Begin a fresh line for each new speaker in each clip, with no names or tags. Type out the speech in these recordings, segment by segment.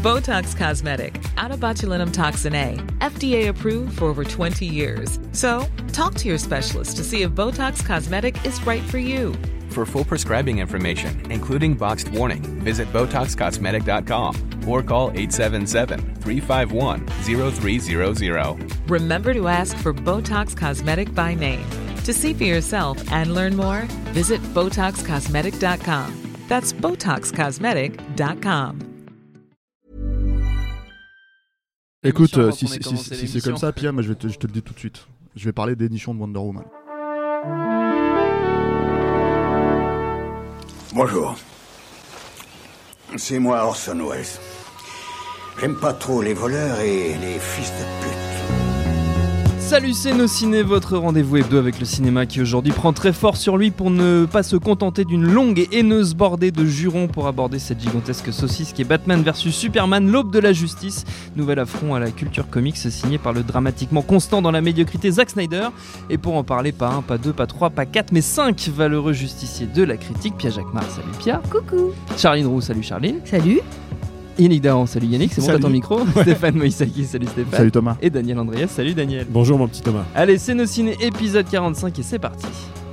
Botox Cosmetic, out of botulinum toxin A, FDA approved for over 20 years. So, talk to your specialist to see if Botox Cosmetic is right for you.
For full prescribing information, including boxed warning, visit BotoxCosmetic.com or call 877-351-0300.
Remember to ask for Botox Cosmetic by name. To see for yourself and learn more, visit BotoxCosmetic.com. That's BotoxCosmetic.com.
Écoute, si c'est comme ça, Pia, moi je te le dis tout de suite. Je vais parler des nichons de Wonder Woman.
Bonjour. C'est moi Orson Welles. J'aime pas trop les voleurs et les fils de pute.
Salut, c'est Nos Ciné, votre rendez-vous hebdo avec le cinéma qui aujourd'hui prend très fort sur lui pour ne pas se contenter d'une longue et haineuse bordée de jurons pour aborder cette gigantesque saucisse qui est Batman vs Superman, l'aube de la justice. Nouvel affront à la culture comics signé par le dramatiquement constant dans la médiocrité Zack Snyder. Et pour en parler, pas un, pas deux, pas trois, pas quatre, mais 5 valeureux justiciers de la critique. Pia Jacquemart, salut Pia.
Coucou.
Charline Roux, salut Charline.
Salut.
Yannick Dahan, salut Yannick, c'est bon,
Salut.
t'as ton micro. Ouais. Stéphane Moïsaki, salut Stéphane.
Salut Thomas.
Et Daniel Andreas, salut Daniel.
Bonjour mon petit Thomas.
Allez, c'est Nos Ciné, épisode 45 et c'est parti.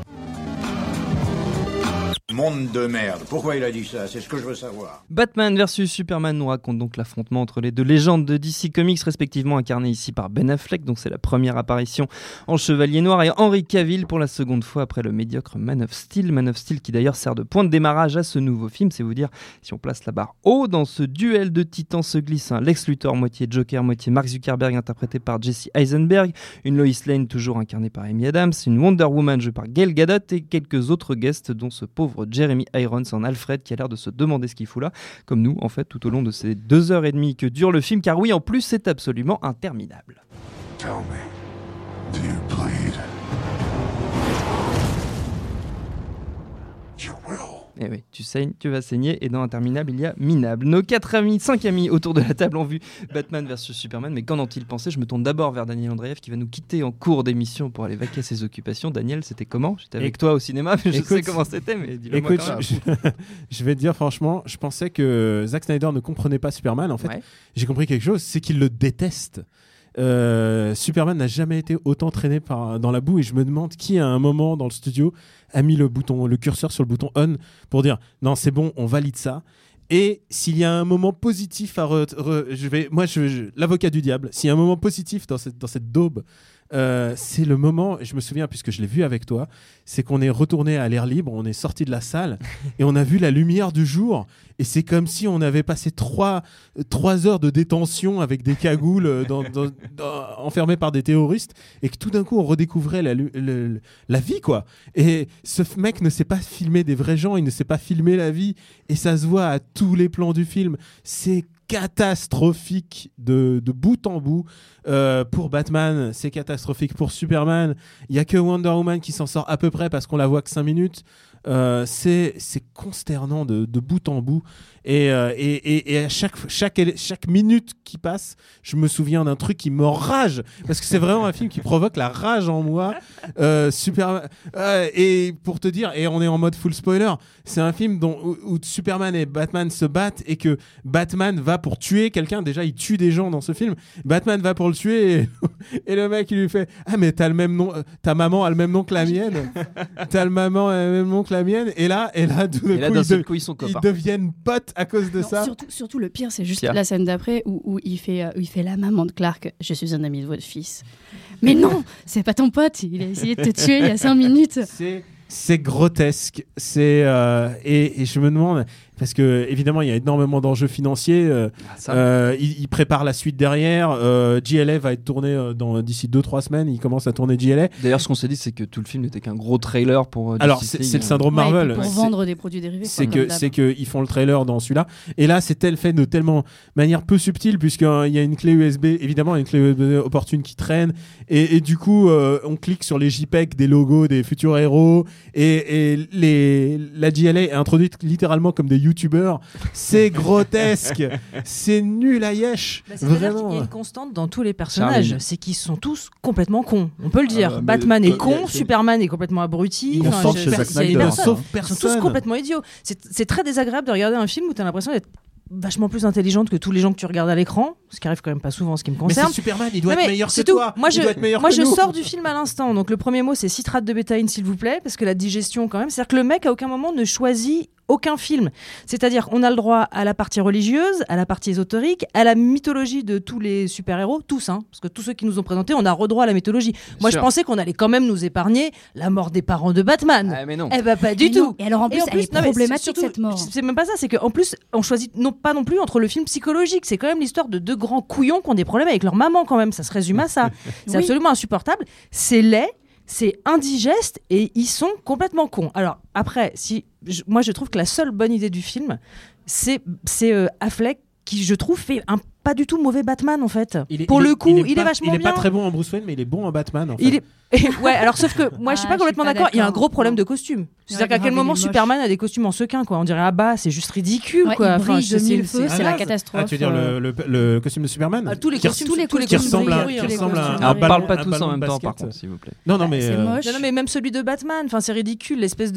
Monde de merde. Pourquoi il a dit ça? C'est ce que je veux savoir.
Batman vs Superman nous raconte donc l'affrontement entre les deux légendes de DC Comics, respectivement incarnées ici par Ben Affleck, donc c'est la première apparition en Chevalier Noir, et Henry Cavill pour la seconde fois après le médiocre Man of Steel qui d'ailleurs sert de point de démarrage à ce nouveau film. C'est vous dire si on place la barre haut. Dans ce duel de titans se glisse un Lex Luthor moitié Joker, moitié Mark Zuckerberg interprété par Jesse Eisenberg, une Lois Lane toujours incarnée par Amy Adams, une Wonder Woman jouée par Gal Gadot et quelques autres guests dont ce pauvre Jeremy Irons en Alfred qui a l'air de se demander ce qu'il fout là, comme nous en fait tout au long de ces 2h30 que dure le film, car oui, en plus c'est absolument interminable.
Tell me, do you bleed? You will.
Eh oui, tu saignes, tu vas saigner, et dans Interminable, il y a Minable. Nos 5 amis autour de la table ont vu Batman vs Superman, mais qu'en ont-ils pensé? Je me tourne d'abord vers Daniel Andreev qui va nous quitter en cours d'émission pour aller vaquer à ses occupations. Daniel, c'était comment? J'étais avec toi au cinéma, mais je sais comment c'était, mais dis-le moi quand même.
Je vais te dire franchement, je pensais que Zack Snyder ne comprenait pas Superman. En fait,
Ouais.
j'ai compris quelque chose, c'est qu'il le déteste. Superman n'a jamais été autant traîné dans la boue, et je me demande qui à un moment dans le studio a mis le curseur sur le bouton on pour dire non, c'est bon, on valide ça. Et s'il y a un moment positif l'avocat du diable, s'il y a un moment positif dans cette daube, c'est le moment, je me souviens puisque je l'ai vu avec toi, c'est qu'on est retourné à l'air libre, on est sorti de la salle et on a vu la lumière du jour, et c'est comme si on avait passé 3 heures de détention avec des cagoules enfermés par des terroristes, et que tout d'un coup on redécouvrait la vie, quoi. Et ce mec ne sait pas filmer des vrais gens, il ne sait pas filmer la vie, et ça se voit à tous les plans du film. C'est catastrophique de bout en bout. Pour Batman, c'est catastrophique. Pour Superman, il n'y a que Wonder Woman qui s'en sort à peu près parce qu'on la voit que 5 minutes. C'est consternant de bout en bout. Et à chaque minute qui passe, je me souviens d'un truc qui m'enrage, parce que c'est vraiment un film qui provoque la rage en moi. Et pour te dire, et on est en mode full spoiler, c'est un film où Superman et Batman se battent, et que Batman va pour tuer quelqu'un. Déjà, il tue des gens dans ce film. Batman va pour le tuer, et le mec, il lui fait « Ah, mais t'as le même nom, ta maman a le même nom que la mienne. T'as le maman a le même nom que la mienne. » Et là, tout d'un coup,
ils sont copains.
ils deviennent potes à cause de ça.
Surtout le pire, c'est juste
Tiens.
la scène d'après où il fait la maman de Clark. Je suis un ami de votre fils. Mais non, c'est pas ton pote. Il a essayé de te tuer il y a 5 minutes.
C'est grotesque. Et je me demande, parce que évidemment il y a énormément d'enjeux financiers. Il prépare la suite derrière. JLA va être tourné d'ici 2-3 semaines. Il commence à tourner JLA.
D'ailleurs, ce qu'on s'est dit, c'est que tout le film n'était qu'un gros trailer pour
Alors
Justice
c'est
League.
le syndrome
Ouais, et
Marvel.
puis pour vendre des produits dérivés.
C'est
quoi, comme d'hab.
que ils font le trailer dans celui-là, et là c'est fait de tellement manière peu subtile, puisqu'il y a une clé USB, évidemment une clé USB opportune qui traîne, et du coup on clique sur les JPEG des logos des futurs héros, et la JLA est introduite littéralement comme des youtubeurs. C'est grotesque, c'est nul à yesh.
C'est-à-dire
vraiment.
qu'il y a une constante dans tous les personnages,
Charline.
c'est qu'ils sont tous complètement cons. On peut le dire.
mais
Batman est con,
c'est-
Superman est complètement abruti.
On sent chez Zack
il y a
Snyder,
personne.
hein.
Sauf
Ils sont tous
personne.
complètement idiots. C'est très désagréable de regarder un film où tu as l'impression d'être vachement plus intelligente que tous les gens que tu regardes à l'écran, ce qui arrive quand même pas souvent en ce qui me
Mais
concerne.
c'est Superman, il doit
Non,
être
mais
meilleur que
c'est tout.
toi.
Moi,
Il doit être meilleur que
je
nous.
sors du film à l'instant. Donc le premier mot, c'est citrate de bétaïne, s'il vous plaît, parce que la digestion, quand même, c'est-à-dire que le mec à aucun moment ne choisit aucun film. C'est-à-dire qu'on a le droit à la partie religieuse, à la partie ésotérique, à la mythologie de tous les super-héros, tous, hein, parce que tous ceux qui nous ont présentés, on a redroit à la mythologie. Moi, je pensais qu'on allait quand même nous épargner la mort des parents de Batman.
Ah, mais non.
Eh ben, pas du
Mais
tout.
non. Et alors en plus, elle est
non, mais
problématique
surtout,
cette mort.
C'est même pas ça, c'est qu'en plus, on choisit pas non plus entre le film psychologique. C'est quand même l'histoire de deux grands couillons qui ont des problèmes avec leur maman, quand même. Ça se résume à ça. C'est
Oui.
absolument insupportable. C'est laid. C'est indigeste et ils sont complètement cons. Alors après, moi je trouve que la seule bonne idée du film, c'est Affleck qui, je trouve, fait un pas du tout mauvais Batman en fait. Il est vachement bien.
Il est pas très bon en Bruce Wayne, mais il est bon en Batman en fait.
Il est... ouais, alors sauf que moi je suis pas complètement d'accord. Il y a un gros problème de costume. C'est-à-dire qu'à quel moment Superman a des costumes en sequin quoi. On dirait ah bah c'est juste ridicule
Ouais,
quoi.
il brille de mille feux, c'est la
Ah,
catastrophe.
tu veux dire le costume de Superman
tous les costumes,
qui ressemble à
Alors,
un
parle pas
ballon-
tous
un
en même
ballon
temps,
de
par
basket.
contre, s'il vous plaît.
Non, mais
C'est moche.
Non, mais même celui de Batman, enfin c'est ridicule, l'espèce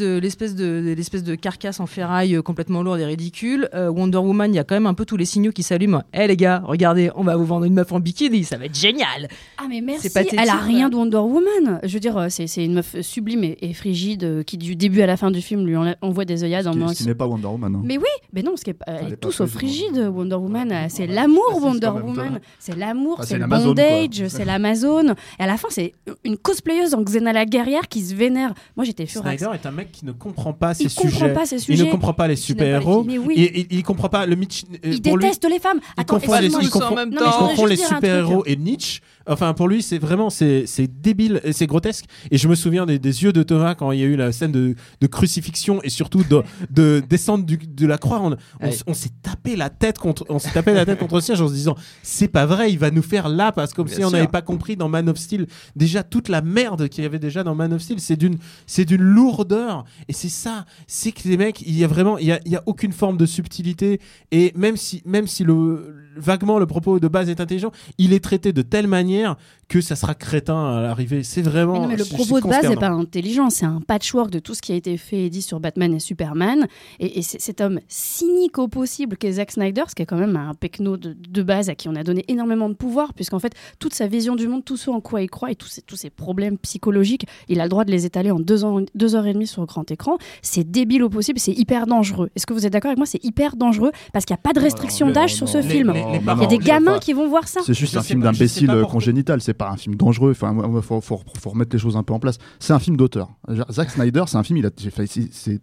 de carcasse en ferraille complètement lourde et ridicule. Wonder Woman, il y a quand même un peu tous les signaux qui s'allument. Les gars, regardez, on va vous vendre une meuf en bikini, ça va être génial.
Ah mais merci,
C'est pathétique,
elle a rien
ouais.
de Wonder Woman. Je veux dire, c'est une meuf sublime et frigide qui du début à la fin du film lui envoie des œillades en
Ce qui n'est pas Wonder Woman. hein.
Mais oui, mais non, elle
Elle
est
est
tout
pas
sauf
frigide,
frigide. Wonder Woman, c'est l'amour
Ah, si,
Wonder
c'est quand même
Woman,
ça.
c'est l'amour,
Ah,
c'est
c'est
le
l'Amazone,
bondage,
quoi.
c'est l'Amazone. Et à la fin, c'est une cosplayeuse en Xena la guerrière qui se vénère. Moi, j'étais furax.
Snyder est un mec qui ne comprend pas ses
Il comprend
sujets.
pas ses
Il
sujets.
ne comprend pas les
Qui n'a pas
super-héros.
les- mais oui.
Il comprend pas le Mitch.
Il
pour lui,
déteste les femmes.
il
Attends,
confond les,
excuse-moi.
il confond-
en même
il
temps.
je voudrais
confond les
juste dire un
super-héros
truc.
et Nietzsche. Enfin, pour lui, c'est vraiment c'est débile, et c'est grotesque. Et je me souviens des yeux de Thomas quand il y a eu la scène de crucifixion et surtout de descente de la croix. On s'est tapé la tête contre le siège en se disant c'est pas vrai, il va nous faire là parce que comme
Bien
si on
sûr.
n'avait pas compris dans Man of Steel déjà toute la merde qu'il y avait déjà dans Man of Steel. C'est d'une lourdeur, et c'est ça. C'est que les mecs, il y a aucune forme de subtilité, et même si vaguement le propos de base est intelligent, il est traité de telle manière que ça sera crétin à l'arrivée. C'est vraiment.
Mais non, mais le propos de base n'est pas intelligent, c'est un patchwork de tout ce qui a été fait et dit sur Batman et Superman. Et cet homme cynique au possible qu'est Zack Snyder, ce qui est quand même un pecno de base à qui on a donné énormément de pouvoir, puisqu'en fait, toute sa vision du monde, tout ce en quoi il croit et tous ses problèmes psychologiques, il a le droit de les étaler en 2h30 sur grand écran. C'est débile au possible, c'est hyper dangereux. Est-ce que vous êtes d'accord avec moi? C'est hyper dangereux parce qu'il n'y a pas de restriction d'âge sur ce film. Il y a des gamins qui vont voir ça.
C'est juste
Je
un
sais
film
pas- je sais
d'imbécile
pas pourquoi.
congénital, c'est pas un film dangereux. Enfin, faut remettre les choses un peu en place. C'est un film d'auteur. Zack Snyder, c'est un film. C'est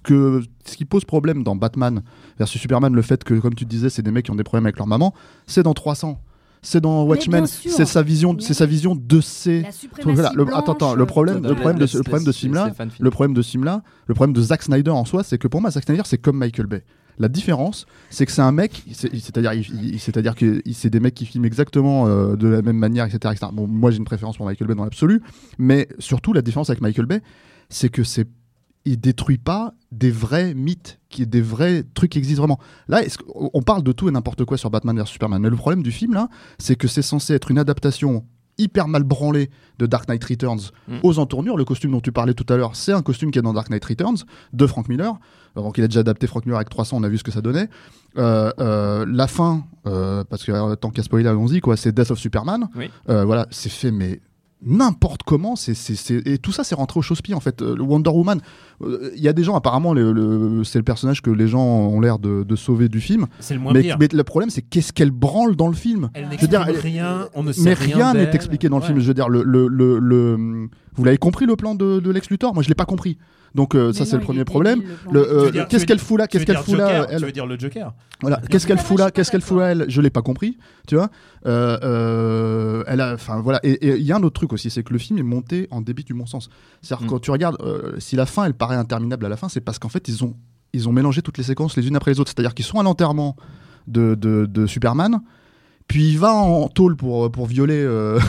ce qui pose problème dans Batman versus Superman, le fait que, comme tu disais, c'est des mecs qui ont des problèmes avec leur maman. C'est dans 300. C'est dans Watchmen.
bien sûr.
C'est sa vision de ces.
La suprématie
Voilà,
blanche,
attends, le problème de ce film-là, le problème de Zack Snyder en soi, c'est que pour moi, Zack Snyder, c'est comme Michael Bay. La différence, c'est que c'est un mec, c'est-à-dire que c'est des mecs qui filment exactement de la même manière, etc. Bon, moi, j'ai une préférence pour Michael Bay dans l'absolu, mais surtout, la différence avec Michael Bay, c'est que il détruit pas des vrais mythes, des vrais trucs qui existent vraiment. Là, on parle de tout et n'importe quoi sur Batman vs Superman, mais le problème du film, là, c'est que c'est censé être une adaptation hyper mal branlé de Dark Knight Returns aux entournures. Le costume dont tu parlais tout à l'heure, c'est un costume qui est dans Dark Knight Returns de Frank Miller. Donc il a déjà adapté Frank Miller avec 300, on a vu ce que ça donnait. La fin, parce que tant qu'à spoiler, allons-y, quoi, c'est Death of Superman.
Oui.
Voilà, c'est fait, mais n'importe comment, et tout ça c'est rentré au chausse-pied en fait. Le Wonder Woman, il y a des gens apparemment, c'est le personnage que les gens ont l'air de sauver du film,
C'est le moins
mais
pire.
le problème c'est qu'est-ce qu'elle branle dans le film.
Elle
Je veux dire,
n'exprime rien, on ne sait
mais
rien
rien n'est
d'elle.
expliqué dans le film.
Ouais.
Je veux dire, vous l'avez compris, le plan de Lex Luthor? Moi je l'ai pas compris. Donc ça c'est le premier problème. Qu'est-ce qu'elle fout là? Qu'est-ce qu'elle fout là, elle?
Tu veux dire le Joker?
Voilà, qu'est-ce qu'elle fout là? Qu'est-ce qu'elle fout là, elle? Je l'ai pas compris, tu vois. Enfin voilà, et il y a un autre truc aussi, c'est que le film est monté en débit du bon sens. C'est-à-dire quand tu regardes, si la fin elle paraît interminable à la fin, c'est parce qu'en fait ils ont mélangé toutes les séquences les unes après les autres. C'est-à-dire qu'ils sont à l'enterrement de Superman. puis il va en tôle pour violer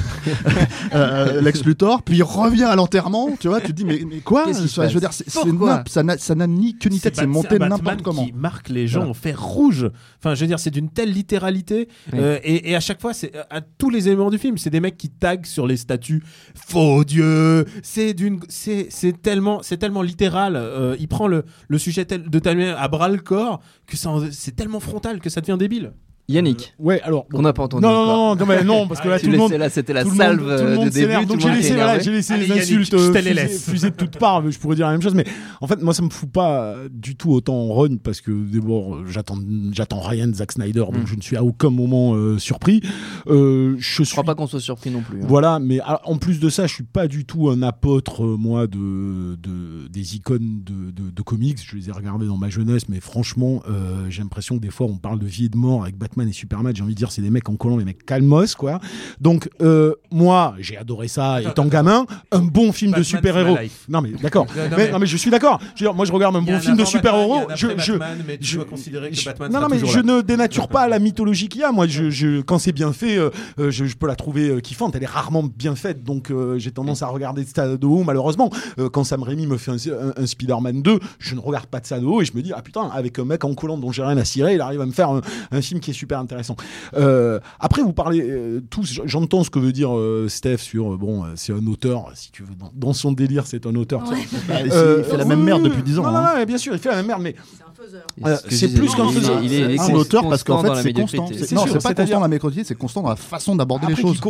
Lex Luthor, puis il revient à l'enterrement, tu vois, tu te dis mais quoi, je veux dire ça n'a ni queue ni tête, c'est monté n'importe comment.
Qui marque les gens en fer rouge. Enfin, je veux dire, c'est d'une telle littéralité et à chaque fois, c'est à tous les éléments du film, c'est des mecs qui taguent sur les statues faux dieu. C'est tellement littéral. Il prend le sujet de telle manière à bras le corps que c'est tellement frontal que ça devient débile.
Yannick,
ouais, alors
on n'a pas entendu.
Non, parce que là tout le monde,
là, c'était la salve de début.
Donc j'ai laissé les insultes fuser de toutes parts. Je pourrais dire la même chose, mais en fait, moi, ça me fout pas du tout autant en run parce que d'abord, j'attends rien de Zack Snyder, donc je ne suis à aucun moment surpris. Je
crois pas qu'on soit surpris non plus.
Voilà, mais en plus de ça, je suis pas du tout un apôtre moi des icônes de comics. Je les ai regardés dans ma jeunesse, mais franchement, j'ai l'impression que des fois, on parle de vie et de mort avec Batman et Superman, j'ai envie de dire c'est des mecs en collant, des mecs calmos quoi. Donc moi j'ai adoré ça étant gamin, un bon film de super-héros. Non mais d'accord. Mais je suis d'accord. Je veux dire, moi je regarde un bon film de super-héros,
je dois considérer que Batman
je ne dénature pas la mythologie qu'il y a. Moi quand c'est bien fait, je peux la trouver kiffante, elle est rarement bien faite. Donc j'ai tendance à regarder ça de haut malheureusement. Quand Sam Raimi me fait un Spider-Man 2, je ne regarde pas de ça de haut et je me dis ah putain, avec un mec en collant dont j'ai rien à cirer, il arrive à me faire un film qui est super intéressant. Après, vous parlez tous, j'entends ce que veut dire Steph sur c'est un auteur, si tu veux, dans son délire, c'est un auteur.
Ouais. Il fait la même merde depuis 10 ans.
Non, bien sûr, il fait la même merde, mais c'est plus qu'un faiseur.
Il est un auteur parce qu'en fait, c'est constant. Non, c'est pas constant dans la médiocrité, c'est constant dans la façon d'aborder les choses.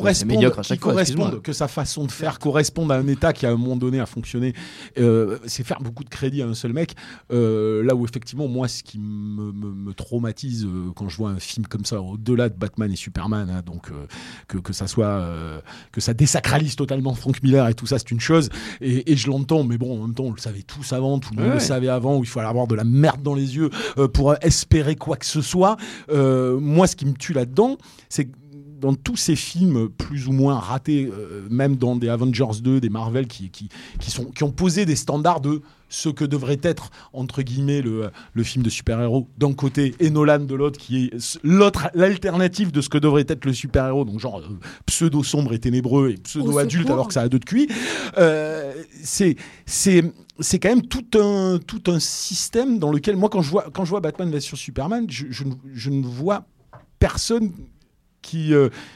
Que sa façon de faire corresponde à un état qui, à un moment donné, a fonctionné. C'est faire beaucoup de crédit à un seul mec. Là où, effectivement, moi, ce qui me traumatise quand je vois un film comme ça, au-delà de Batman et Superman, hein, donc que ça soit que ça désacralise totalement Frank Miller et tout ça, c'est une chose, et je l'entends, mais bon, en même temps, on le savait tous avant, tout le monde le savait avant, où il fallait avoir de la merde dans les yeux pour espérer quoi que ce soit. Moi, ce qui me tue là-dedans, c'est que dans tous ces films plus ou moins ratés, même dans des Avengers 2, des Marvel qui ont posé des standards de ce que devrait être, entre guillemets, le film de super-héros d'un côté et Nolan de l'autre, qui est l'alternative de ce que devrait être le super-héros, donc genre pseudo-sombre et ténébreux et pseudo-adulte alors que ça a deux de QI. C'est quand même tout un système dans lequel, moi, quand je vois Batman vs Superman, je ne vois personne qui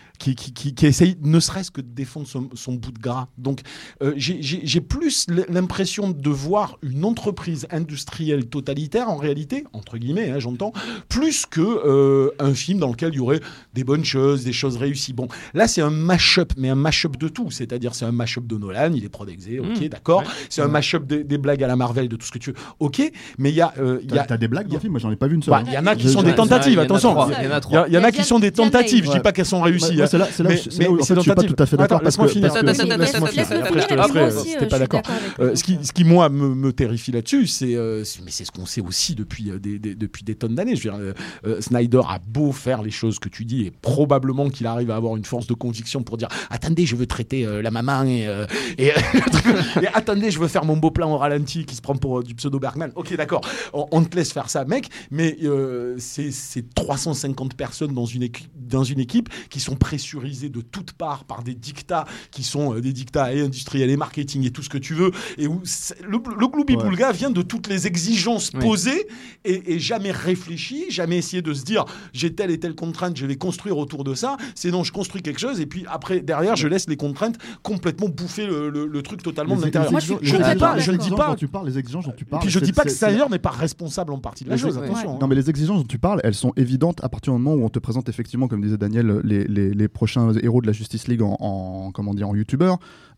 essaye ne serait-ce que de défendre son bout de gras. Donc j'ai plus l'impression de voir une entreprise industrielle totalitaire, en réalité, entre guillemets, hein, j'entends, plus que un film dans lequel il y aurait des bonnes choses, des choses réussies. Bon, là c'est un mash-up, mais un mash-up de tout, c'est-à-dire c'est un mash-up de Nolan, il est prodexé, ok, d'accord, ouais. C'est un mash-up des blagues à la Marvel, de tout ce que tu veux, ok, mais il y a...
T'as des blagues dans le film? Moi j'en ai pas vu une seule.
Il y en a qui sont des tentatives, attention, il y en a qui sont des tentatives, je dis pas qu'elles sont réussies.
C'est là où en fait, je suis pas tout à fait d'accord.
Laisse-moi finir. Après, je te laisserai si t'es pas d'accord. Ce qui, moi, me terrifie là-dessus, mais c'est ce qu'on sait aussi depuis des tonnes d'années. Je veux dire, Snyder a beau faire les choses que tu dis, et probablement qu'il arrive à avoir une force de conviction pour dire attendez, je veux traiter la maman et attendez, je veux faire mon beau plan au ralenti qui se prend pour du pseudo Bergman. Ok, d'accord, on te laisse faire ça, mec, mais c'est 350 personnes dans une équipe qui sont pressurisées de toutes parts par des dictats qui sont des dictats et industriels et marketing et tout ce que tu veux, et où le gloubi-boulga vient de toutes les exigences posées et jamais réfléchies, jamais essayé de se dire j'ai telle et telle contrainte, je vais construire autour de ça, sinon je construis quelque chose et puis après derrière je laisse les contraintes complètement bouffer le truc totalement de l'intérieur. Je ne dis pas
tu parles, les exigences dont tu parles.
Et puis je dis pas que Snyder n'est pas responsable en partie de la chose, attention.
Non mais les exigences dont tu parles, elles sont évidentes à partir du moment où on te présente effectivement, comme disait Daniel, les prochains héros de la Justice League en youtubeur,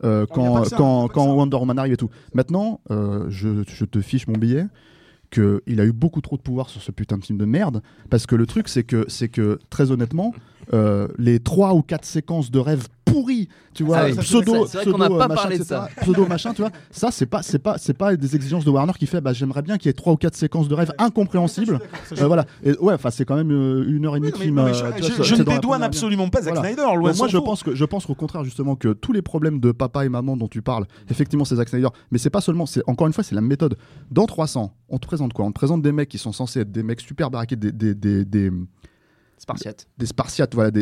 quand Wonder Woman arrive et tout. Maintenant, je te fiche mon billet qu'il a eu beaucoup trop de pouvoir sur ce putain de film de merde, parce que le truc c'est que très honnêtement, les 3 ou 4 séquences de rêves pourris, tu vois, pseudo machin, tu vois, ça c'est pas des exigences de Warner qui fait j'aimerais bien qu'il y ait 3 ou 4 séquences de rêves incompréhensibles. Voilà. Et c'est quand même 1h30 de film.
Je ne dédouane absolument pas Zack Snyder, loin
moi je pense qu'au contraire justement que tous les problèmes de papa et maman dont tu parles, effectivement c'est Zack Snyder, mais c'est pas seulement, encore une fois c'est la méthode. Dans 300, on te présente quoi? On te présente des mecs qui sont censés être des mecs super baraqués, Des Spartiates, voilà,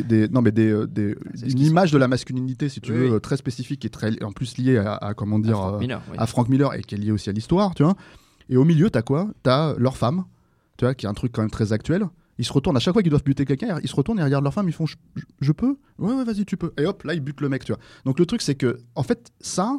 une image de la masculinité, si tu veux, très spécifique et très, en plus liée à Frank Miller et qui est liée aussi à l'histoire, tu vois. Et au milieu, t'as quoi ? T'as leur femme, tu vois, qui est un truc quand même très actuel. Ils se retournent à chaque fois qu'ils doivent buter quelqu'un, ils se retournent et regardent leur femme, ils font je peux ? Ouais, vas-y, tu peux. Et hop, là, ils butent le mec, tu vois. Donc le truc, c'est que, en fait, ça.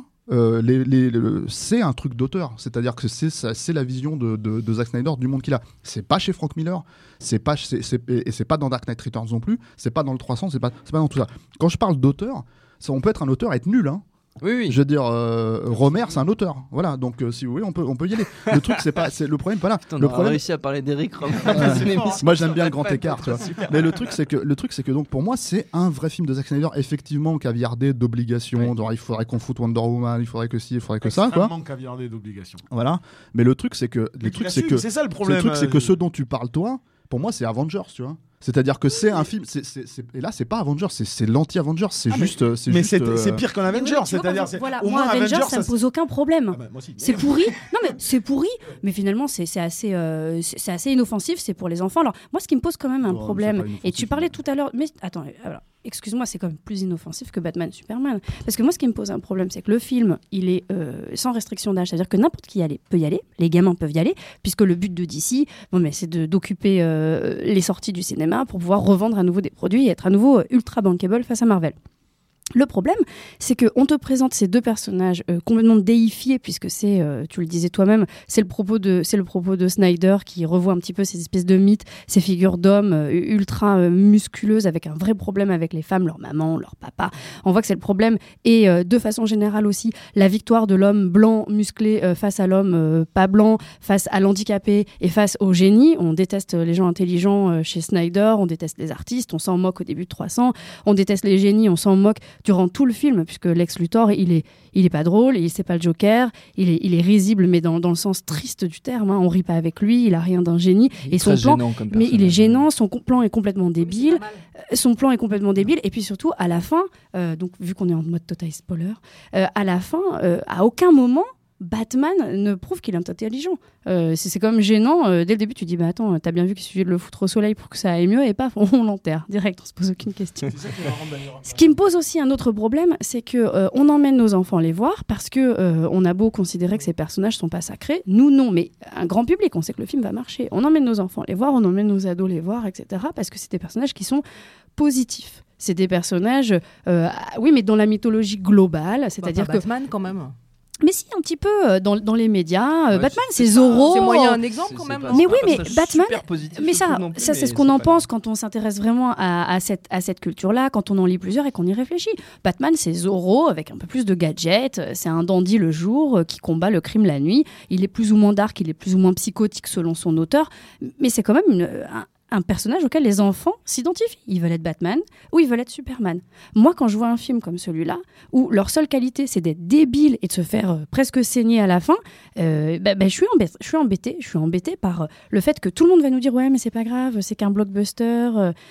C'est un truc d'auteur, c'est-à-dire que c'est la vision de Zack Snyder du monde qu'il a. C'est pas chez Frank Miller, c'est pas dans Dark Knight Returns non plus, c'est pas dans le 300, c'est pas dans tout ça. Quand je parle d'auteur, on peut être un auteur et être nul, hein.
Oui.
Je veux dire, Romer, c'est un auteur. Voilà, donc si vous voulez, on peut y aller. Le truc, le problème, pas là.
Putain, on a réussi à parler d'Eric Romer.
Moi, j'aime bien le grand écart, tu vois. Mais le truc, c'est que donc pour moi, c'est un vrai film de Zack Snyder, effectivement caviardé d'obligations. Genre, il faudrait qu'on foute Wonder Woman, il faudrait que ci, il faudrait que ça, quoi.
Caviardé d'obligations.
Voilà. Mais le truc, c'est que
c'est ça le problème.
Le truc, c'est que ce dont tu parles, toi, pour moi, c'est Avengers, tu vois. C'est-à-dire que c'est un film, et là c'est pas Avengers, c'est l'anti-Avengers, c'est
pire qu'un Avengers, c'est-à-dire
au moins Avengers ça me pose aucun problème. C'est pourri, non mais c'est pourri, mais finalement c'est assez inoffensif, c'est pour les enfants. Alors moi ce qui me pose quand même un problème, et tu parlais tout à l'heure, mais attends, alors excuse-moi, c'est quand même plus inoffensif que Batman Superman, parce que moi ce qui me pose un problème, c'est que le film il est sans restriction d'âge, c'est-à-dire que n'importe qui peut y aller, les gamins peuvent y aller, puisque le but de DC, c'est d'occuper les sorties du cinéma pour pouvoir revendre à nouveau des produits et être à nouveau ultra bankable face à Marvel. Le problème, c'est qu'on te présente ces deux personnages complètement déifiés, puisque c'est, tu le disais toi-même, c'est le propos de Snyder qui revoit un petit peu ces espèces de mythes, ces figures d'hommes ultra musculeuses avec un vrai problème avec les femmes, leur maman, leur papa. On voit que c'est le problème. Et de façon générale aussi, la victoire de l'homme blanc musclé face à l'homme pas blanc, face à l'handicapé et face au génie. On déteste les gens intelligents chez Snyder, on déteste les artistes, on s'en moque au début de 300, on déteste les génies, on s'en moque durant tout le film, puisque Lex Luthor, il est pas drôle, c'est pas le Joker, il est risible, mais dans le sens triste du terme, hein. On rit pas avec lui, il a rien d'un génie, et son plan, mais il est gênant, son plan est complètement débile, et puis surtout à la fin, donc vu qu'on est en mode total spoiler, à la fin, à aucun moment Batman ne prouve qu'il est intelligent. C'est quand même gênant. Dès le début, tu dis attends, t'as bien vu qu'il suffit de le foutre au soleil pour que ça aille mieux, et paf, on l'enterre direct, on se pose aucune question. Ce qui me pose aussi un autre problème, c'est que on emmène nos enfants les voir parce que on a beau considérer que ces personnages sont pas sacrés, nous non, mais un grand public, on sait que le film va marcher. On emmène nos enfants les voir, on emmène nos ados les voir, etc. Parce que c'est des personnages qui sont positifs. C'est des personnages, oui, mais dans la mythologie globale, c'est-à-dire que
Batman quand même.
Mais si, un petit peu dans les médias. Batman, c'est Zorro.
C'est moyen un exemple quand même.
Mais oui, mais Batman. Mais ça, c'est ce qu'on en pense quand on s'intéresse vraiment à cette culture-là, quand on en lit plusieurs et qu'on y réfléchit. Batman, c'est Zorro avec un peu plus de gadgets. C'est un dandy le jour qui combat le crime la nuit. Il est plus ou moins dark, il est plus ou moins psychotique selon son auteur. Mais c'est quand même un personnage auquel les enfants s'identifient. Ils veulent être Batman ou ils veulent être Superman. Moi, quand je vois un film comme celui-là, où leur seule qualité, c'est d'être débile et de se faire presque saigner à la fin, je suis embêtée par le fait que tout le monde va nous dire « Ouais, mais c'est pas grave, c'est qu'un blockbuster,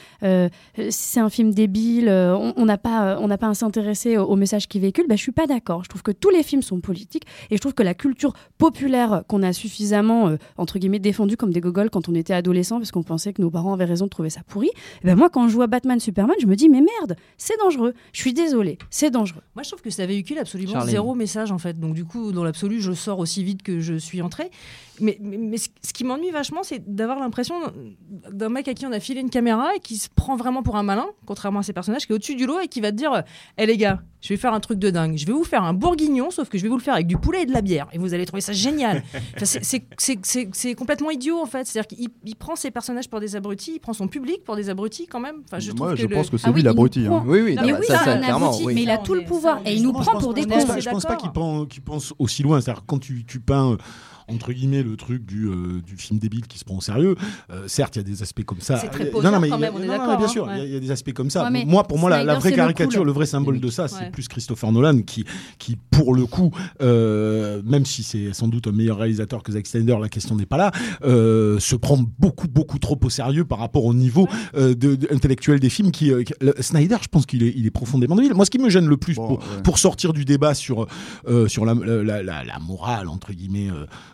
c'est un film débile, on n'a pas à s'intéresser au message qu'il véhicule. » Je suis pas d'accord. Je trouve que tous les films sont politiques et je trouve que la culture populaire qu'on a suffisamment, entre guillemets, défendue comme des gogoles quand on était adolescent parce qu'on pensait que nos parents avaient raison de trouver ça pourri, moi quand je vois Batman Superman, je me dis mais merde, c'est dangereux, je suis désolée, c'est dangereux.
Moi je trouve que ça véhicule absolument zéro message en fait, donc du coup dans l'absolu je sors aussi vite que je suis entrée, mais ce qui m'ennuie vachement, c'est d'avoir l'impression d'un mec à qui on a filé une caméra et qui se prend vraiment pour un malin, contrairement à ces personnages qui est au-dessus du lot et qui va te dire les gars, je vais faire un truc de dingue, je vais vous faire un bourguignon, sauf que je vais vous le faire avec du poulet et de la bière et vous allez trouver ça génial. Enfin, c'est complètement idiot en fait, c'est-à-dire qu'il prend ses personnages pour des abrutis, il prend son public pour des abrutis quand même. Enfin, je
pense que c'est lui l'abruti.
Oui, ça clairement. Mais il a tout le pouvoir et il nous prend pour des cons.
Je pense pas qu'il pense aussi loin. C'est-à-dire quand tu peins entre guillemets le truc du film débile qui se prend au sérieux, certes il y a des aspects comme ça,
c'est très poseur quand même, on est d'accord,
bien sûr, il y a des aspects comme ça. Pour moi la vraie caricature, le vrai symbole de ça, c'est plus Christopher Nolan qui pour le coup, même si c'est sans doute un meilleur réalisateur que Zack Snyder, la question n'est pas là, se prend beaucoup trop au sérieux par rapport au niveau intellectuel des films. Snyder, je pense qu'il est profondément débile. Moi, ce qui me gêne le plus pour sortir du débat sur la morale entre guillemets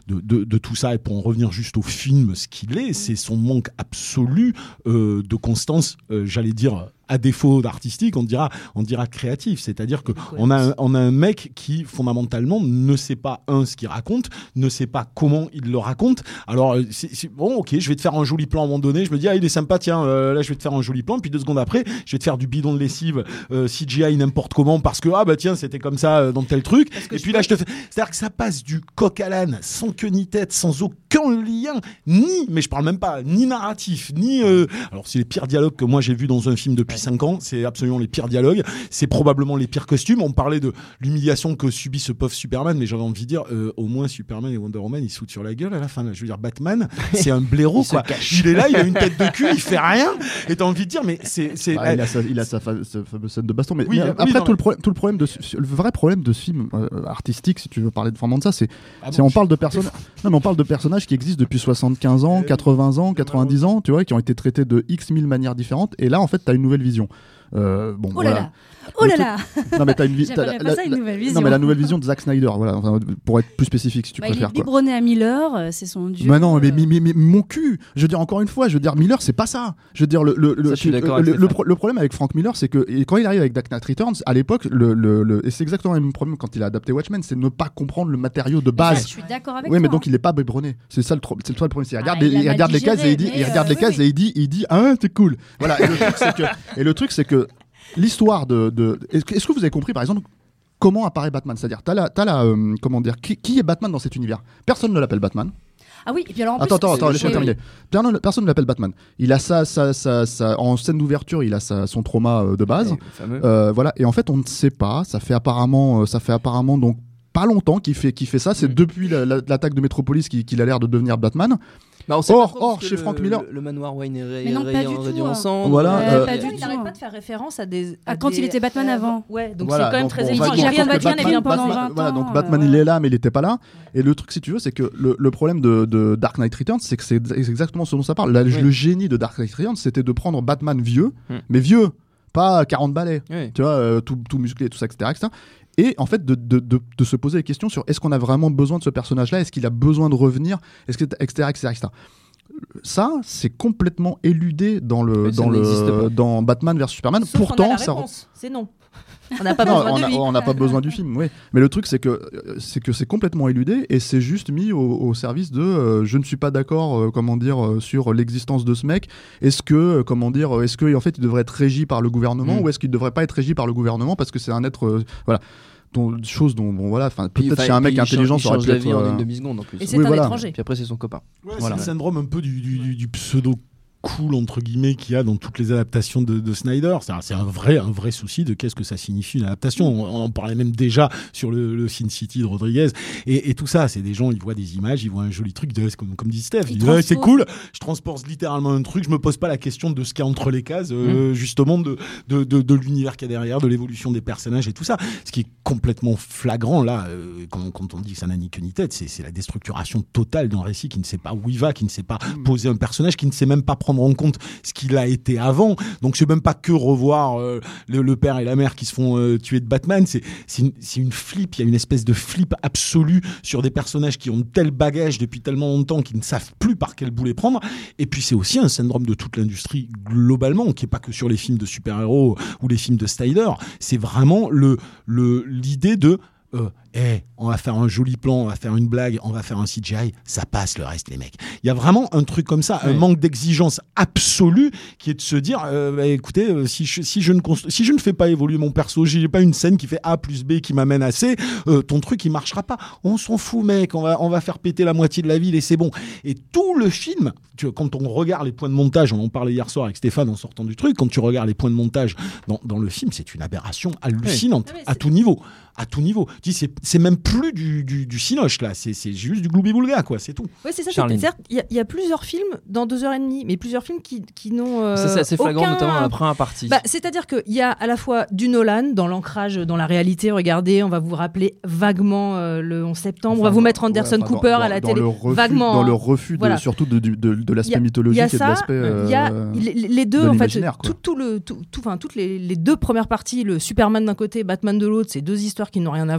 de tout ça. Et pour en revenir juste au film, ce qu'il est, c'est son manque absolu de constance, j'allais dire, à défaut d'artistique, on dira créatif. C'est-à-dire que on a un mec qui, fondamentalement, ne sait pas, ce qu'il raconte, ne sait pas comment il le raconte. Alors, bon, ok, je vais te faire un joli plan à un moment donné. Je me dis, il est sympa, tiens, là, je vais te faire un joli plan. Puis 2 secondes après, je vais te faire du bidon de lessive, CGI n'importe comment, parce que, tiens, c'était comme ça dans tel truc. Et puis là, je te fais... C'est-à-dire que ça passe du coq à l'âne, sans queue ni tête, sans aucun lien, mais je parle même pas, ni narratif, ni... Alors, c'est les pires dialogues que moi j'ai vus dans un film depuis 5 ans, c'est absolument les pires dialogues, c'est probablement les pires costumes. On parlait de l'humiliation que subit ce pauvre Superman, mais j'avais envie de dire, au moins Superman et Wonder Woman, ils se foutent sur la gueule à la fin. Là. Je veux dire, Batman, c'est un blaireau, quoi. Il est là, il a une tête de cul, il fait rien, et t'as envie de dire, mais c'est...
il a sa fameuse scène de baston, mais après, tout le problème le vrai problème de ce film artistique, si tu veux parler vraiment de ça, c'est on parle de personnages... Non, mais on parle de personnages qui existent depuis 75 ans, 80 ans, 90 ans, tu vois, qui ont été traités de X 1000 manières différentes, et là, en fait, t'as une nouvelle vision.
Oh là là.
Non mais t'as une
nouvelle vision.
Non mais la nouvelle vision de Zack Snyder, voilà, enfin, pour être plus spécifique si tu préfères.
Il est biberonné à Miller, c'est son dieu.
Mais non, mais mon cul. Je veux dire encore une fois, Miller, c'est pas ça. Je veux dire le problème avec Frank Miller, c'est que quand il arrive avec Dark Knight Returns, à l'époque, et c'est exactement le même problème quand il a adapté Watchmen, c'est ne pas comprendre le matériau de base.
Je suis d'accord avec toi.
Oui, mais donc il est pas biberonné. C'est ça le problème. Il regarde les cases et il dit c'est cool. Voilà. Et le truc c'est que l'histoire est-ce que vous avez compris par exemple comment apparaît Batman, c'est-à-dire comment dire, qui est Batman dans cet univers? Personne ne l'appelle Batman.
Ah oui, et puis alors
attends, laisse-moi terminer. Personne ne l'appelle Batman. Il a ça en scène d'ouverture, il a son trauma de base. Voilà, et en fait on ne sait pas, ça fait apparemment donc pas longtemps qu'il fait ça, c'est depuis l'attaque de Metropolis qu'il a l'air de devenir Batman.
Or,
chez Frank Miller,
le manoir Wayne et Ray
ensemble. Voilà,
il
n'arrête pas de faire référence à
quand il était Batman avant.
Ouais, donc c'est quand même très évident.
Batman est bien pendant 20 ans.
Voilà, donc Batman il est là, mais il n'était pas là. Et le truc, si tu veux, c'est que le problème de Dark Knight Returns, c'est que c'est exactement ce dont ça parle. Le génie de Dark Knight Returns, c'était de prendre Batman vieux, mais vieux, pas 40 balais, tu vois, tout musclé, tout ça, etc. Et en fait, de se poser des questions sur est-ce qu'on a vraiment besoin de ce personnage-là, est-ce qu'il a besoin de revenir, etc. Ça, c'est complètement éludé dans Batman vs Superman.
Sauf
pourtant,
c'est non. On n'a pas besoin de lui.
On n'a pas besoin du film, oui. Mais le truc, c'est que c'est complètement éludé et c'est juste mis au service de je ne suis pas d'accord, sur l'existence de ce mec. Est-ce que en fait, il devrait être régi par le gouvernement ou est-ce qu'il ne devrait pas être régi par le gouvernement parce que c'est un être, voilà. Peut-être chez un mec intelligent, ça aurait pu être
en une demi-seconde en plus.
Et c'est un étranger.
Puis après, c'est son copain.
C'est le syndrome un peu du pseudo cool entre guillemets qu'il y a dans toutes les adaptations de Snyder. C'est un vrai souci de qu'est-ce que ça signifie une adaptation. On en parlait même déjà sur le Sin City de Rodriguez et tout ça. C'est des gens, ils voient des images, ils voient un joli truc, comme dit Steph, ils disent c'est cool, je transpose littéralement un truc, je me pose pas la question de ce qu'il y a entre les cases, justement de l'univers qu'il y a derrière, de l'évolution des personnages et tout ça. Ce qui est complètement flagrant là, quand on dit que ça n'a ni queue ni tête, c'est la déstructuration totale d'un récit qui ne sait pas où il va, qui ne sait pas poser un personnage, qui ne sait même pas prendre en compte ce qu'il a été avant. Donc c'est même pas que revoir le père et la mère qui se font tuer de Batman, c'est une flip, il y a une espèce de flip absolue sur des personnages qui ont tel bagage depuis tellement longtemps qu'ils ne savent plus par quel bout les prendre. Et puis c'est aussi un syndrome de toute l'industrie globalement, qui est pas que sur les films de super-héros ou les films de Snyder, c'est vraiment l'idée de on va faire un joli plan, on va faire une blague, on va faire un CGI, ça passe le reste les mecs. Il y a vraiment un truc comme ça, un manque d'exigence absolue qui est de se dire écoutez, si je ne fais pas évoluer mon perso, j'ai pas une scène qui fait A plus B qui m'amène à C, ton truc il marchera pas. On s'en fout mec, on va faire péter la moitié de la ville et c'est bon. Et tout le film, quand on regarde les points de montage, on en parlait hier soir avec Stéphane en sortant du truc, quand tu regardes les points de montage dans le film, c'est une aberration hallucinante à tout niveau. Tu dis, c'est même plus du cinoche là, c'est juste du gloubi-boulga quoi, c'est tout.
Oui, c'est ça. C'est-à-dire il y a plusieurs films dans 2h30, mais plusieurs films qui n'ont
c'est assez flagrant, notamment dans la première partie.
C'est-à-dire qu'il y a à la fois du Nolan dans l'ancrage, dans la réalité. Regardez, on va vous rappeler vaguement le 11 septembre, on va vous mettre Anderson Cooper à la télé, vaguement.
Dans le refus surtout de l'aspect mythologique et de l'aspect.
Il y a les deux en fait, toutes les deux premières parties, le Superman d'un côté, Batman de l'autre, c'est deux histoires qui n'ont rien à voir. La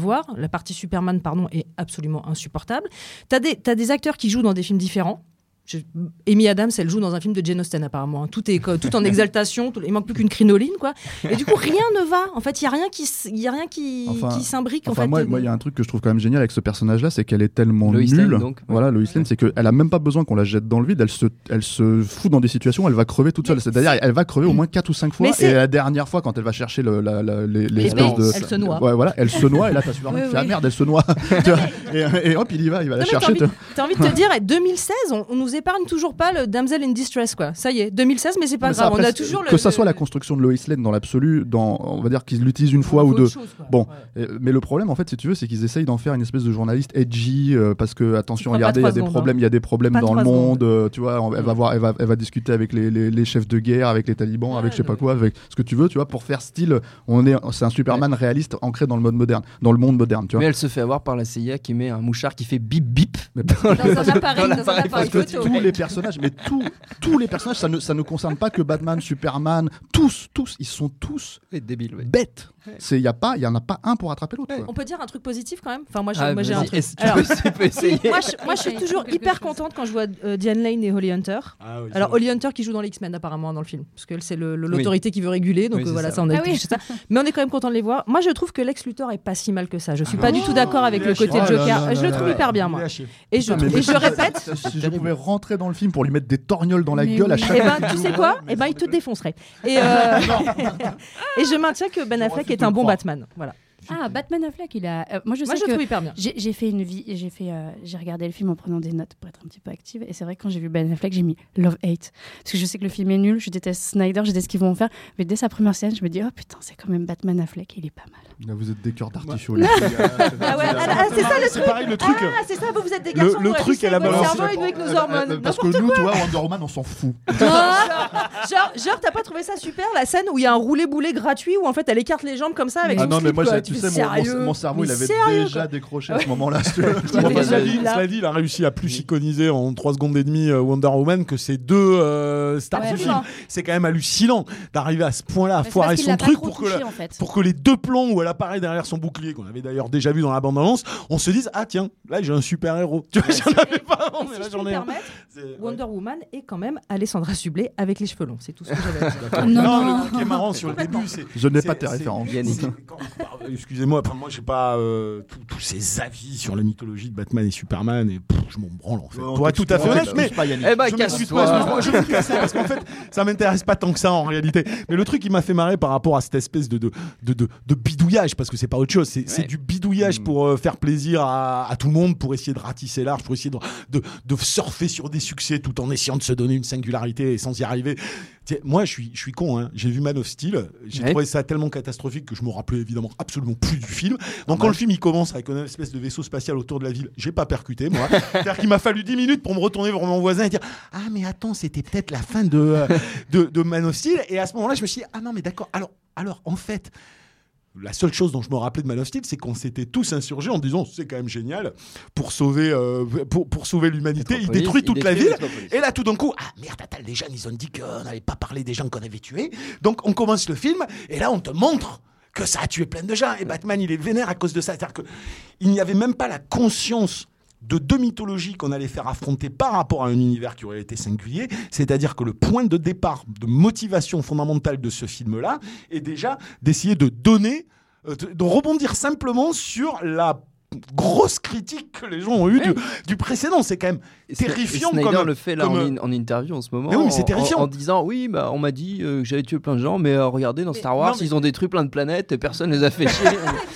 la partie Superman, est absolument insupportable. T'as des acteurs qui jouent dans des films différents. Amy Adams, elle joue dans un film de Jane Austen apparemment. Tout en exaltation. Il manque plus qu'une crinoline, quoi. Et du coup, rien ne va. En fait, il y a rien qui s'imbrique.
Moi, il y a un truc que je trouve quand même génial avec ce personnage-là, c'est qu'elle est tellement nulle. Voilà, Lois Lane, c'est qu'elle a même pas besoin qu'on la jette dans le vide. Elle se fout dans des situations où elle va crever toute seule. C'est-à-dire, elle va crever au moins 4 ou 5 fois. Et la dernière fois, quand elle va chercher les espèces de,
elle se noie.
Ouais, voilà, elle se noie. Et là, t'as Superman qui fait merde, elle se noie. Et hop, il y va la chercher.
T'as envie de te dire, 2016, on nous épargne toujours pas le damsel in distress, quoi. Ça y est, 2016, mais c'est pas grave. On a toujours
que ça soit la construction de Lois Lane dans l'absolu, on va dire qu'ils l'utilisent une fois ou deux. Mais le problème, en fait, si tu veux, c'est qu'ils essayent d'en faire une espèce de journaliste edgy parce que attention, regardez, il y a des problèmes dans le monde. Tu vois, elle va discuter avec les chefs de guerre, avec les talibans, avec je sais pas quoi, avec ce que tu veux, tu vois, pour faire style. C'est un Superman réaliste ancré dans le monde moderne, tu vois.
Mais elle se fait avoir par la CIA qui met un mouchard qui fait bip bip
dans un appareil photo.
Tous les personnages, mais tous les personnages, ça ne concerne pas que Batman, Superman, tous, ils sont tous
débiles,
bêtes. Il y en a pas un pour attraper l'autre.
On peut dire un truc positif quand même. Enfin, moi j'ai un truc. Moi, je suis toujours hyper contente quand je vois Diane Lane et Holly Hunter. Alors Holly Hunter qui joue dans les X-Men apparemment dans le film, parce que c'est l'autorité qui veut réguler, donc voilà, ça on a dit ça. Mais on est quand même content de les voir. Moi, je trouve que Lex Luthor est pas si mal que ça. Je suis pas du tout d'accord avec le côté Joker. Je le trouve hyper bien, moi. Et je répète,
si je pouvais rentrer dans le film pour lui mettre des torgnoles dans la gueule à chaque fois.
Tu sais quoi ? Il te défoncerait. Et je maintiens que Ben Affleck est un bon Batman. Voilà.
Batman Affleck, moi je
trouve hyper bien.
J'ai fait j'ai regardé le film en prenant des notes pour être un petit peu active, et c'est vrai que quand j'ai vu Ben Affleck, j'ai mis love hate parce que je sais que le film est nul, je déteste Snyder, je déteste ce qu'ils vont en faire, mais dès sa première scène, je me dis oh putain, c'est quand même Batman Affleck, il est pas mal.
Là, vous êtes des cœurs d'artichaut.
C'est ça le truc.
Pareil, le truc.
C'est ça, vous êtes des garçons.
Le truc, elle a balancé
avec nos hormones.
Parce que nous, tu vois, Wonder Woman, on s'en fout.
Genre, t'as pas trouvé ça super, la scène où il y a un roulé-boulé gratuit où en fait elle écarte les jambes comme ça avec son slip,
moi, tu sais, mon cerveau, il avait déjà décroché à ce moment-là.
Cela dit, il a réussi à plus iconiser en 3 secondes et demie Wonder Woman que ces deux stars du film. C'est quand même hallucinant d'arriver à ce point-là à foirer son truc pour que les 2 plans où elle apparaît derrière son bouclier, qu'on avait d'ailleurs déjà vu dans la bande-annonce, on se dise ah tiens, là j'ai un super-héros. Tu vois, j'en avais pas avant, mais là j'en ai un.
Wonder Woman est quand même Alessandra Sublet avec les cheveux longs, c'est tout ce que j'avais à dire.
Non, le truc qui est marrant sur le début, c'est...
Je n'ai pas tes références.
Excusez-moi, moi j'ai pas tous ces avis sur la mythologie de Batman et Superman, et je m'en branle en fait. Pour être tout à fait honnête, mais je vais me casser parce qu'en fait ça m'intéresse pas tant que ça en réalité. Mais le truc qui m'a fait marrer par rapport à cette espèce de bidouillage, parce que c'est pas autre chose, c'est du bidouillage pour faire plaisir à tout le monde, pour essayer de ratisser large, pour essayer de surfer sur des succès tout en essayant de se donner une singularité et sans y arriver. Moi je suis con, hein. J'ai vu Man of Steel, j'ai trouvé ça tellement catastrophique que je me rappelais évidemment absolument plus du film. Donc quand le film il commence avec une espèce de vaisseau spatial autour de la ville, j'ai pas percuté moi. C'est-à-dire qu'il m'a fallu 10 minutes pour me retourner vers mon voisin et dire ah mais attends, c'était peut-être la fin de Man of Steel. Et à ce moment-là je me suis dit ah non mais d'accord, alors en fait la seule chose dont je me rappelais de Man of Steel, c'est qu'on s'était tous insurgés en disant c'est quand même génial pour sauver l'humanité. Il détruit toute la ville. Et là, tout d'un coup, ah merde, attends, les jeunes, ils ont dit qu'on n'avait pas parlé des gens qu'on avait tués. Donc, on commence le film et là, on te montre que ça a tué plein de gens. Et Batman, il est vénère à cause de ça. C'est-à-dire qu'il n'y avait même pas la conscience de 2 mythologies qu'on allait faire affronter par rapport à un univers qui aurait été singulier. C'est-à-dire que le point de départ, de motivation fondamentale de ce film-là est déjà d'essayer de donner, de rebondir simplement sur la grosse critique que les gens ont eu du précédent. C'est quand même terrifiant.
Snyder le fait là en interview en ce moment,
oui, c'est terrifiant.
En disant oui, on m'a dit que j'avais tué plein de gens, mais regardez dans Star Wars, ils ont détruit plein de planètes et personne les a fait chier.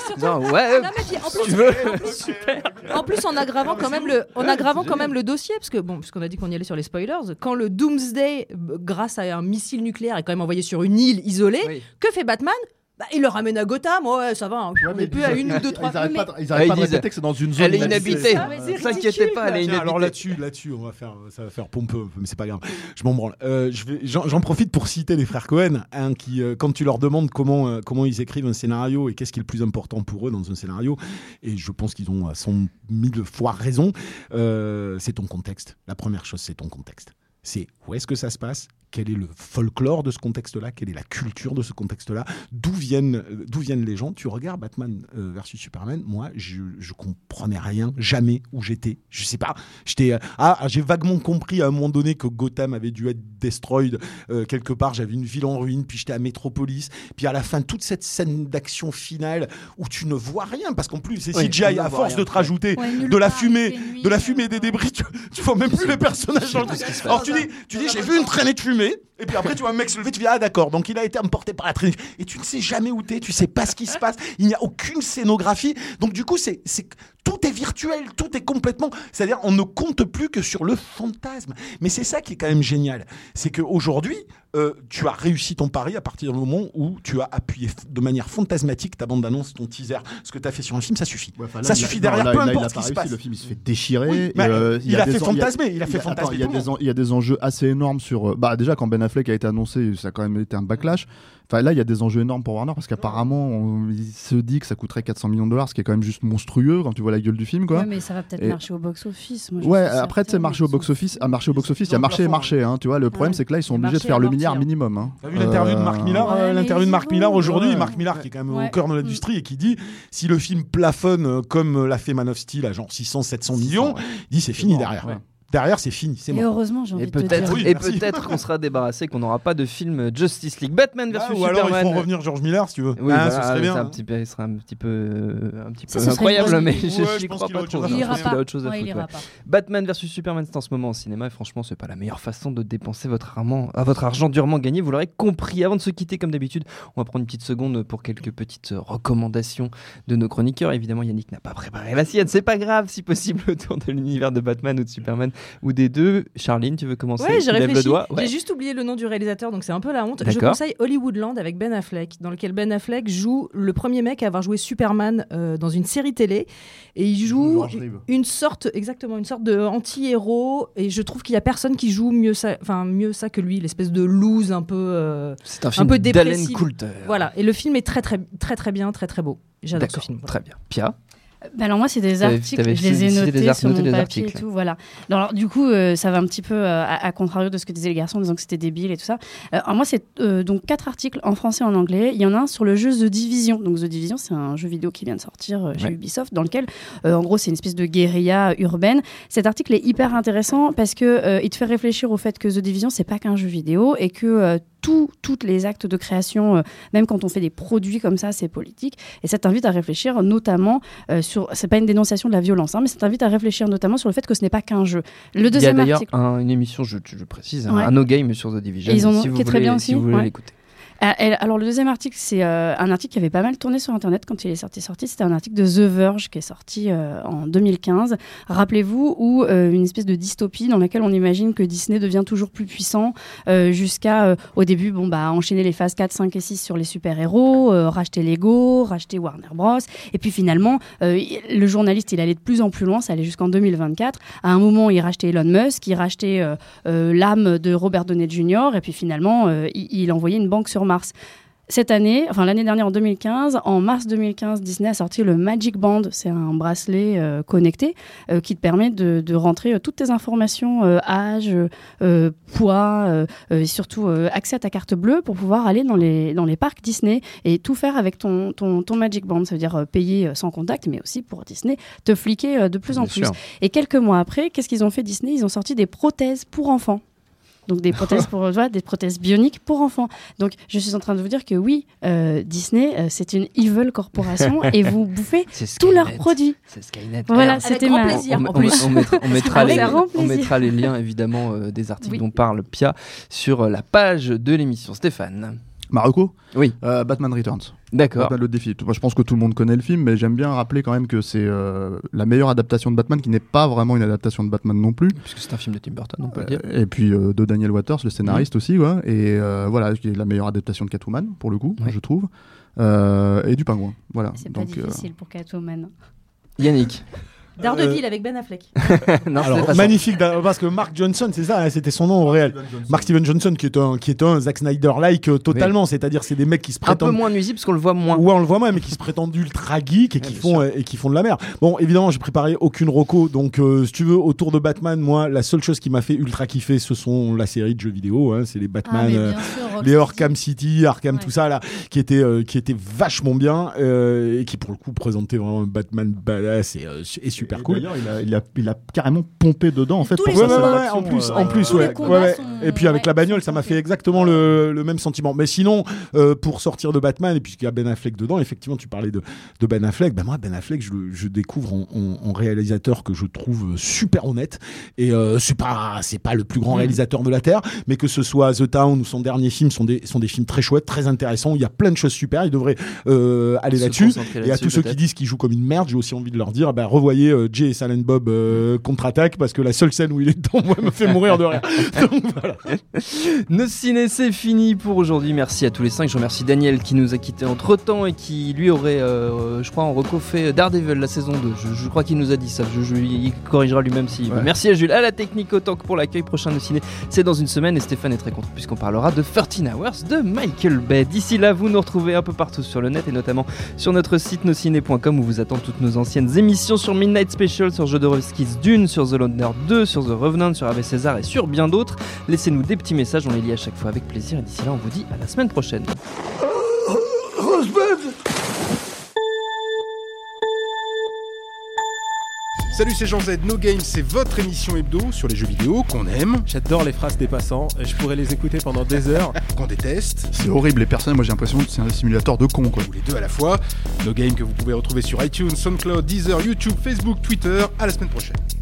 En plus, en aggravant quand même le dossier, parce que puisqu'on a dit qu'on y allait sur les spoilers, quand le Doomsday, grâce à un missile nucléaire, est quand même envoyé sur une île isolée, que fait Batman ? Il le ramène à Gotham, ça va. On n'est plus à 1 ou 2, 3.
Ils arrêtent pas de répéter que c'est dans une zone.
Elle est inhabitée. Ne s'inquiétez pas, elle est inhabitée.
Alors là-dessus, ça va faire pompeux, mais c'est pas grave. Je m'en branle. J'en profite pour citer les frères Cohen, qui, quand tu leur demandes comment ils écrivent un scénario et qu'est-ce qui est le plus important pour eux dans un scénario, et je pense qu'ils ont 100 000 fois raison, c'est ton contexte. La première chose, c'est ton contexte. C'est où est-ce que ça se passe ? quel est le folklore de ce contexte-là, quelle est la culture de ce contexte-là, d'où viennent les gens. Tu regardes Batman versus Superman, moi je comprenais rien, jamais où j'étais, je sais pas, j'ai vaguement compris à un moment donné que Gotham avait dû être destroyed quelque part, j'avais une ville en ruine, puis j'étais à Metropolis, puis à la fin toute cette scène d'action finale où tu ne vois rien, parce qu'en plus c'est CGI, à force de te rajouter de la fumée, des débris, tu vois même plus les personnages. Alors tu dis j'ai vu une traînée de fumée, et puis après tu vois un mec se lever, tu dis ah d'accord, donc il a été emporté par la traînée, et tu ne sais jamais où t'es, tu sais pas ce qui se passe, il n'y a aucune scénographie, donc du coup c'est tout est virtuel, tout est complètement, c'est-à-dire on ne compte plus que sur le fantasme. Mais c'est ça qui est quand même génial, c'est qu'aujourd'hui tu as réussi ton pari à partir du moment où tu as appuyé de manière fantasmatique ta bande-annonce, ton teaser, ce que tu as fait sur un film, ça suffit. Ouais, là, ça suffit derrière, peu importe ce qui se passe. Le
film il se fait déchirer.
Oui, il a fait fantasmer. Il
y a des enjeux assez énormes sur. Déjà quand Ben Affleck a été annoncé, ça a quand même été un backlash. Enfin, là, il y a des enjeux énormes pour Warner parce qu'apparemment, il se dit que ça coûterait $400 millions, ce qui est quand même juste monstrueux quand tu vois la gueule du film, quoi.
Ouais, mais ça va peut-être marcher au box-office.
Après, tu sais, marcher au box-office, il y a marché, hein, tu vois. Le problème, c'est que là, ils sont obligés de faire le milliard minimum. Hein.
T'as vu l'interview de Mark Millar, aujourd'hui, Mark Millar qui est quand même au cœur de l'industrie et qui dit si le film plafonne comme l'a fait Man of Steel à genre 600-700 millions, il dit c'est fini derrière. Ouais. Derrière, c'est fini, c'est mort.
Et heureusement, j'ai envie de te dire.
Et peut-être qu'on sera débarrassé, qu'on n'aura pas de film Justice League. Batman versus Superman.
Ou alors, ils font revenir George Miller, si tu veux.
Oui, ce serait bien. Ce serait un petit peu incroyable, mais je n'y crois pas trop.
Il ira pas.
Batman versus Superman, c'est en ce moment au cinéma, et franchement, c'est pas la meilleure façon de dépenser votre argent durement gagné. Vous l'aurez compris. Avant de se quitter, comme d'habitude, on va prendre une petite seconde pour quelques petites recommandations de nos chroniqueurs. Évidemment, Yannick n'a pas préparé la sienne. C'est pas grave, si possible, autour de l'univers de Batman ou de Superman ou des deux. Charline, tu veux commencer?
Ouais, j'ai réfléchi. J'ai juste oublié le nom du réalisateur, donc c'est un peu la honte. Je conseille Hollywoodland avec Ben Affleck, dans lequel Ben Affleck joue le premier mec à avoir joué Superman dans une série télé, et il joue une sorte de anti-héros, et je trouve qu'il y a personne qui joue mieux ça que lui, l'espèce de loose un peu
c'est un film d'Alan Coulter.
Voilà, et le film est très très très très bien, très très beau. J'adore ce film.
Très bien. Pia?
Alors moi c'est des articles, je les ai notés sur mon papier et tout, voilà. Alors du coup ça va un petit peu à contrario de ce que disaient les garçons en disant que c'était débile et tout ça. Alors moi c'est donc 4 articles en français et en anglais. Il y en a un sur le jeu The Division. Donc The Division c'est un jeu vidéo qui vient de sortir chez Ubisoft, dans lequel en gros c'est une espèce de guérilla urbaine. Cet article est hyper intéressant parce que il te fait réfléchir au fait que The Division c'est pas qu'un jeu vidéo et que tous les actes de création, même quand on fait des produits comme ça, c'est politique. Et ça t'invite à réfléchir notamment sur... C'est pas une dénonciation de la violence, mais ça t'invite à réfléchir notamment sur le fait que ce n'est pas qu'un jeu. Le deuxième article...
Il y a d'ailleurs une émission, je précise, un No Game sur The Division, si vous voulez l'écouter.
Alors le deuxième article, c'est un article qui avait pas mal tourné sur Internet quand il est sorti. C'était un article de The Verge qui est sorti en 2015. Rappelez-vous, où une espèce de dystopie dans laquelle on imagine que Disney devient toujours plus puissant jusqu'à, au début, enchaîner les phases 4, 5 et 6 sur les super-héros, racheter Lego, racheter Warner Bros. Et puis finalement, le journaliste, il allait de plus en plus loin, ça allait jusqu'en 2024. À un moment, il rachetait Elon Musk, il rachetait l'âme de Robert Downey Jr. Et puis finalement, il envoyait une banque sur Mars. Cette année, l'année dernière en 2015, en mars 2015, Disney a sorti le Magic Band. C'est un bracelet connecté qui te permet de rentrer toutes tes informations, âge, poids, et surtout accès à ta carte bleue pour pouvoir aller dans les parcs Disney et tout faire avec ton Magic Band. Ça veut dire payer sans contact, mais aussi pour Disney te fliquer de plus en plus. Et quelques mois après, qu'est-ce qu'ils ont fait Disney? Ils ont sorti des prothèses pour enfants. Donc des prothèses des prothèses bioniques pour enfants. Donc je suis en train de vous dire que oui, Disney, c'est une evil corporation et vous bouffez tous leurs produits.
C'est Skynet.
Voilà, c'était
grand plaisir.
On mettra les liens évidemment des articles dont parle Pia sur la page de l'émission. Stéphane.
Marocco?
Oui.
Batman Returns.
D'accord.
Batman, le défi. Je pense que tout le monde connaît le film, mais j'aime bien rappeler quand même que c'est la meilleure adaptation de Batman, qui n'est pas vraiment une adaptation de Batman non plus.
Puisque c'est un film de Tim Burton, on peut le dire.
Et puis de Daniel Waters, le scénariste aussi, quoi. Et voilà, qui est la meilleure adaptation de Catwoman, pour le coup, je trouve. Et du Pingouin. Voilà.
C'est pas difficile pour Catwoman.
Yannick.
Daredevil avec Ben Affleck.
Non, alors, magnifique, parce que Mark Johnson, c'est ça, c'était son nom au réel. Mark Steven Johnson, qui est un Zack Snyder-like totalement, oui. C'est-à-dire c'est des mecs qui se prétendent...
Un peu moins nuisible parce qu'on le voit moins.
Ouais, on le voit moins, mais qui se prétendent ultra geek et qui font de la merde. Bon, évidemment, j'ai préparé aucune reco, donc si tu veux, autour de Batman, moi, la seule chose qui m'a fait ultra kiffer, ce sont la série de jeux vidéo, c'est les Batman, les Arkham City, Arkham, tout ça là, qui était vachement bien et qui pour le coup présentait vraiment un Batman badass et super cool.
D'ailleurs, il a carrément pompé dedans en fait.
Pour en plus, ouais. Et puis avec la bagnole, ça m'a fait exactement le même sentiment. Mais sinon, pour sortir de Batman, et puisqu'il y a Ben Affleck dedans, effectivement, tu parlais de Ben Affleck. Ben moi, Ben Affleck, je découvre en réalisateur que je trouve super honnête. Et c'est pas le plus grand réalisateur de la Terre, mais que ce soit The Town ou son dernier film sont des films très chouettes, très intéressants. Il y a plein de choses super. Il devrait aller là-dessus. Et à tous ceux qui disent qu'il joue comme une merde, j'ai aussi envie de leur dire, revoyez Jay et Silent Bob contre-attaque, parce que la seule scène où il est dedans, moi, me fait mourir de rire. Donc voilà.
Nos ciné, c'est fini pour aujourd'hui. Merci à tous les 5. Je remercie Daniel qui nous a quittés entre temps et qui lui aurait, je crois, en reco fait Daredevil la saison 2. Je crois qu'il nous a dit ça. Il corrigera lui-même s'il veut. Merci à Jules, à la technique autant que pour l'accueil. Prochain de ciné, c'est dans une semaine et Stéphane est très content puisqu'on parlera de 13 Hours de Michael Bay. D'ici là, vous nous retrouvez un peu partout sur le net et notamment sur notre site nosciné.com où vous attendent toutes nos anciennes émissions sur Midnight Special, sur Jodorowsky's Dune, sur The Loner 2, sur The Revenant, sur Ave César et sur bien d'autres. Laissez-nous des petits messages, on les lit à chaque fois avec plaisir et d'ici là, on vous dit à la semaine prochaine.
Salut, c'est Jean Z. No Game, c'est votre émission hebdo sur les jeux vidéo qu'on aime.
J'adore les phrases des passants, je pourrais les écouter pendant des heures.
Qu'on déteste.
C'est horrible, les personnes, moi j'ai l'impression que c'est un simulateur de cons, quoi.
Ou les deux à la fois. No Game que vous pouvez retrouver sur iTunes, SoundCloud, Deezer, YouTube, Facebook, Twitter. À la semaine prochaine.